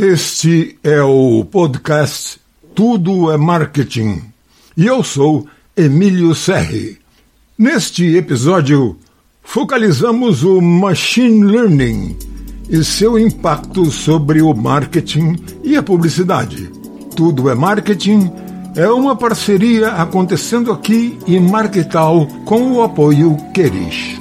Este é o podcast Tudo é Marketing e eu sou Emílio Serri. Neste episódio, focalizamos o Machine Learning e seu impacto sobre o marketing e a publicidade. Tudo é Marketing é uma parceria acontecendo aqui em Marketal com o apoio Queris.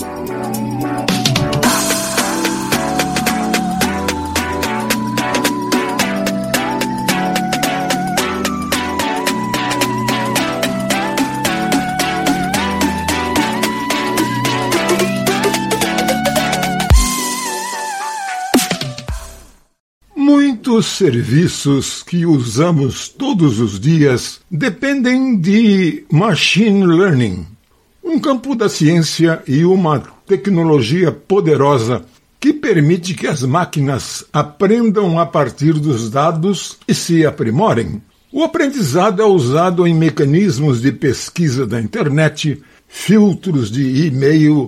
Muitos serviços que usamos todos os dias dependem de Machine Learning, um campo da ciência e uma tecnologia poderosa que permite que as máquinas aprendam a partir dos dados e se aprimorem. O aprendizado é usado em mecanismos de pesquisa da internet, filtros de e-mail,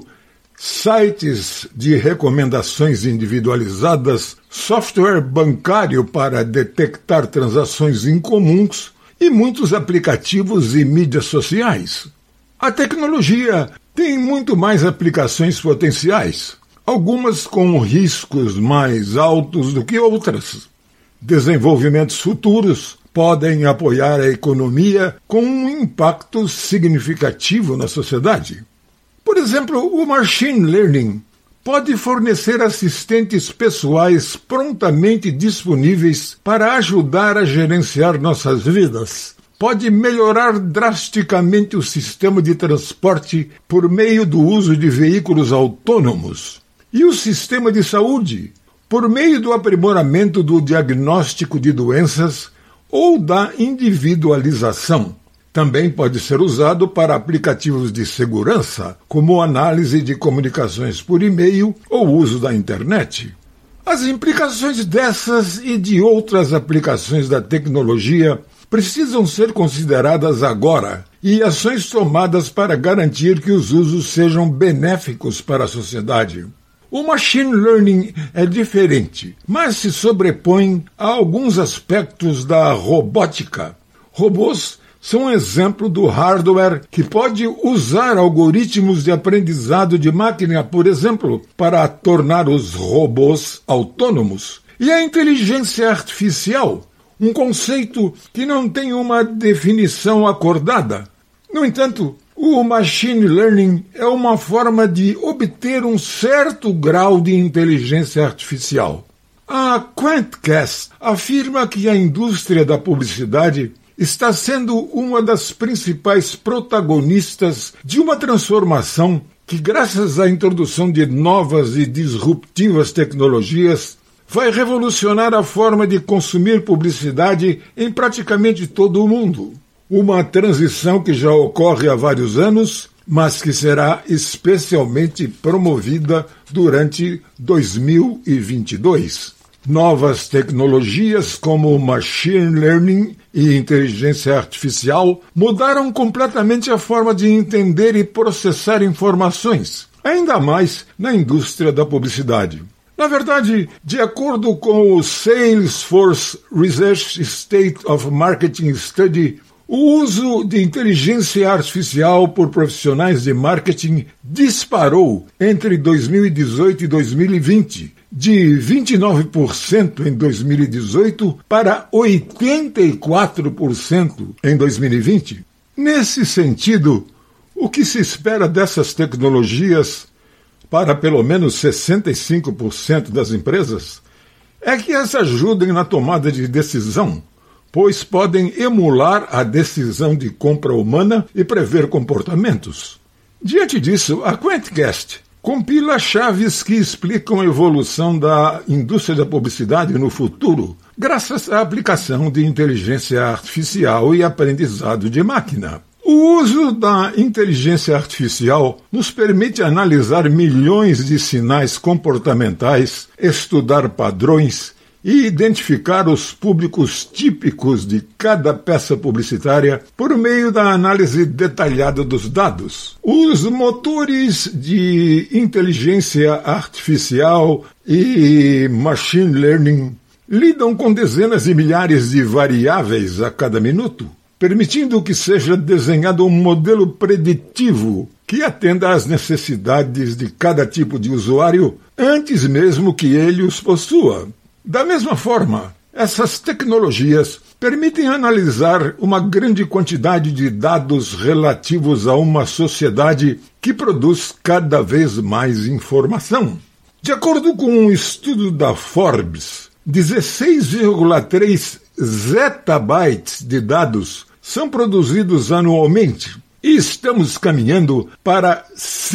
sites de recomendações individualizadas, software bancário para detectar transações incomuns e muitos aplicativos e mídias sociais. A tecnologia tem muito mais aplicações potenciais, algumas com riscos mais altos do que outras. Desenvolvimentos futuros podem apoiar a economia com um impacto significativo na sociedade. Por exemplo, o Machine Learning pode fornecer assistentes pessoais prontamente disponíveis para ajudar a gerenciar nossas vidas. Pode melhorar drasticamente o sistema de transporte por meio do uso de veículos autônomos. E o sistema de saúde, por meio do aprimoramento do diagnóstico de doenças ou da individualização. Também pode ser usado para aplicativos de segurança, como análise de comunicações por e-mail ou uso da internet. As implicações dessas e de outras aplicações da tecnologia precisam ser consideradas agora e ações tomadas para garantir que os usos sejam benéficos para a sociedade. O Machine Learning é diferente, mas se sobrepõe a alguns aspectos da robótica. Robôs são um exemplo do hardware que pode usar algoritmos de aprendizado de máquina, por exemplo, para tornar os robôs autônomos. E a inteligência artificial, um conceito que não tem uma definição acordada. No entanto, o Machine Learning é uma forma de obter um certo grau de inteligência artificial. A Quantcast afirma que a indústria da publicidade está sendo uma das principais protagonistas de uma transformação que, graças à introdução de novas e disruptivas tecnologias, vai revolucionar a forma de consumir publicidade em praticamente todo o mundo. Uma transição que já ocorre há vários anos, mas que será especialmente promovida durante 2022. Novas tecnologias como Machine Learning e inteligência artificial mudaram completamente a forma de entender e processar informações, ainda mais na indústria da publicidade. Na verdade, de acordo com o Salesforce Research State of Marketing Study, o uso de inteligência artificial por profissionais de marketing disparou entre 2018 e 2020, de 29% em 2018 para 84% em 2020. Nesse sentido, o que se espera dessas tecnologias para pelo menos 65% das empresas é que as ajudem na tomada de decisão, pois podem emular a decisão de compra humana e prever comportamentos. Diante disso, a Quantcast compila chaves que explicam a evolução da indústria da publicidade no futuro, graças à aplicação de inteligência artificial e aprendizado de máquina. O uso da inteligência artificial nos permite analisar milhões de sinais comportamentais, estudar padrões e identificar os públicos típicos de cada peça publicitária por meio da análise detalhada dos dados. Os motores de inteligência artificial e machine learning lidam com dezenas de milhares de variáveis a cada minuto, permitindo que seja desenhado um modelo preditivo que atenda às necessidades de cada tipo de usuário antes mesmo que ele os possua. Da mesma forma, essas tecnologias permitem analisar uma grande quantidade de dados relativos a uma sociedade que produz cada vez mais informação. De acordo com um estudo da Forbes, 16,3 zettabytes de dados são produzidos anualmente e estamos caminhando para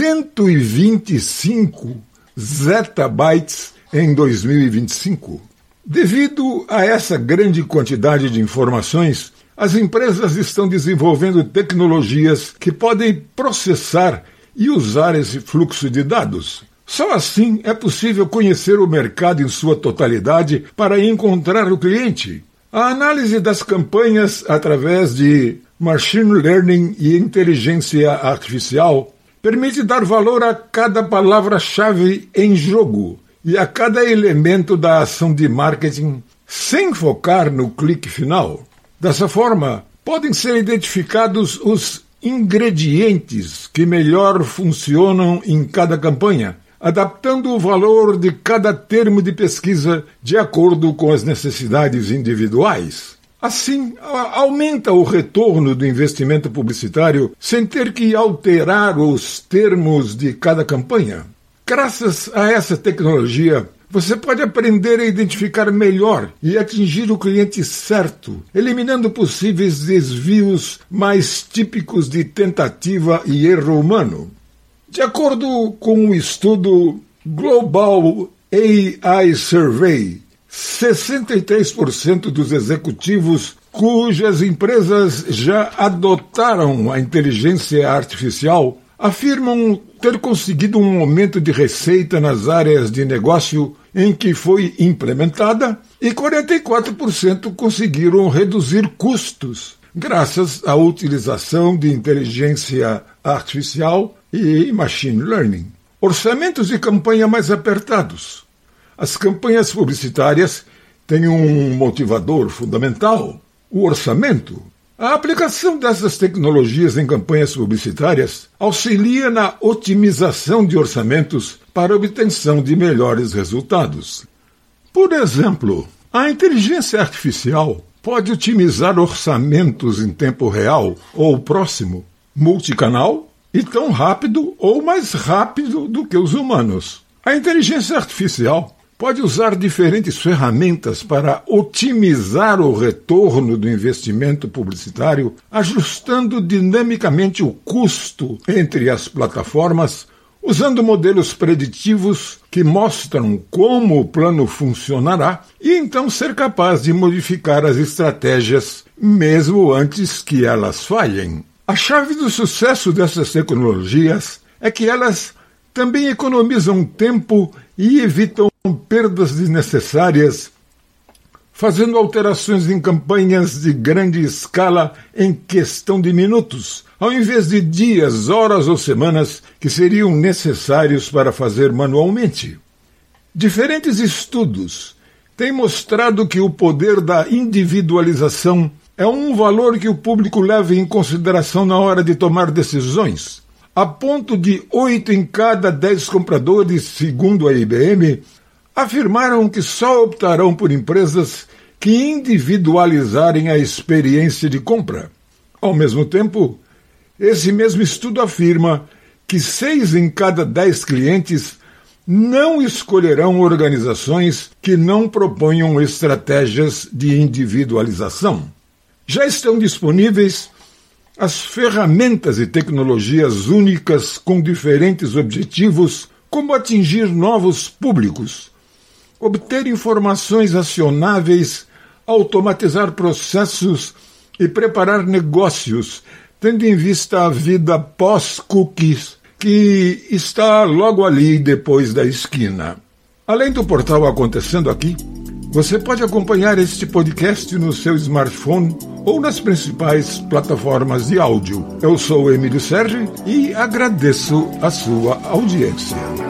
125 zettabytes em 2025. Devido a essa grande quantidade de informações, as empresas estão desenvolvendo tecnologias que podem processar e usar esse fluxo de dados. Só assim é possível conhecer o mercado em sua totalidade para encontrar o cliente. A análise das campanhas através de machine learning e inteligência artificial permite dar valor a cada palavra-chave em jogo e a cada elemento da ação de marketing, sem focar no clique final. Dessa forma, podem ser identificados os ingredientes que melhor funcionam em cada campanha, adaptando o valor de cada termo de pesquisa de acordo com as necessidades individuais. Assim, aumenta o retorno do investimento publicitário sem ter que alterar os termos de cada campanha. Graças a essa tecnologia, você pode aprender a identificar melhor e atingir o cliente certo, eliminando possíveis desvios mais típicos de tentativa e erro humano. De acordo com o estudo Global AI Survey, 63% dos executivos cujas empresas já adotaram a inteligência artificial afirmam ter conseguido um aumento de receita nas áreas de negócio em que foi implementada e 44% conseguiram reduzir custos graças à utilização de inteligência artificial e machine learning. Orçamentos de campanha mais apertados. As campanhas publicitárias têm um motivador fundamental, o orçamento. A aplicação dessas tecnologias em campanhas publicitárias auxilia na otimização de orçamentos para a obtenção de melhores resultados. Por exemplo, a inteligência artificial pode otimizar orçamentos em tempo real ou próximo, multicanal e tão rápido ou mais rápido do que os humanos. A inteligência artificial pode usar diferentes ferramentas para otimizar o retorno do investimento publicitário, ajustando dinamicamente o custo entre as plataformas, usando modelos preditivos que mostram como o plano funcionará e então ser capaz de modificar as estratégias mesmo antes que elas falhem. A chave do sucesso dessas tecnologias é que elas também economizam tempo e evitam perdas desnecessárias, fazendo alterações em campanhas de grande escala em questão de minutos, ao invés de dias, horas ou semanas que seriam necessários para fazer manualmente. Diferentes estudos têm mostrado que o poder da individualização é um valor que o público leva em consideração na hora de tomar decisões, a ponto de 8 em cada 10 compradores, segundo a IBM, afirmaram que só optarão por empresas que individualizarem a experiência de compra. Ao mesmo tempo, esse mesmo estudo afirma que 6 em cada 10 clientes não escolherão organizações que não proponham estratégias de individualização. Já estão disponíveis as ferramentas e tecnologias únicas com diferentes objetivos, como atingir novos públicos, obter informações acionáveis, automatizar processos e preparar negócios, tendo em vista a vida pós-cookies, que está logo ali depois da esquina. Além do portal Acontecendo Aqui, você pode acompanhar este podcast no seu smartphone ou nas principais plataformas de áudio. Eu sou Emílio Sergi e agradeço a sua audiência.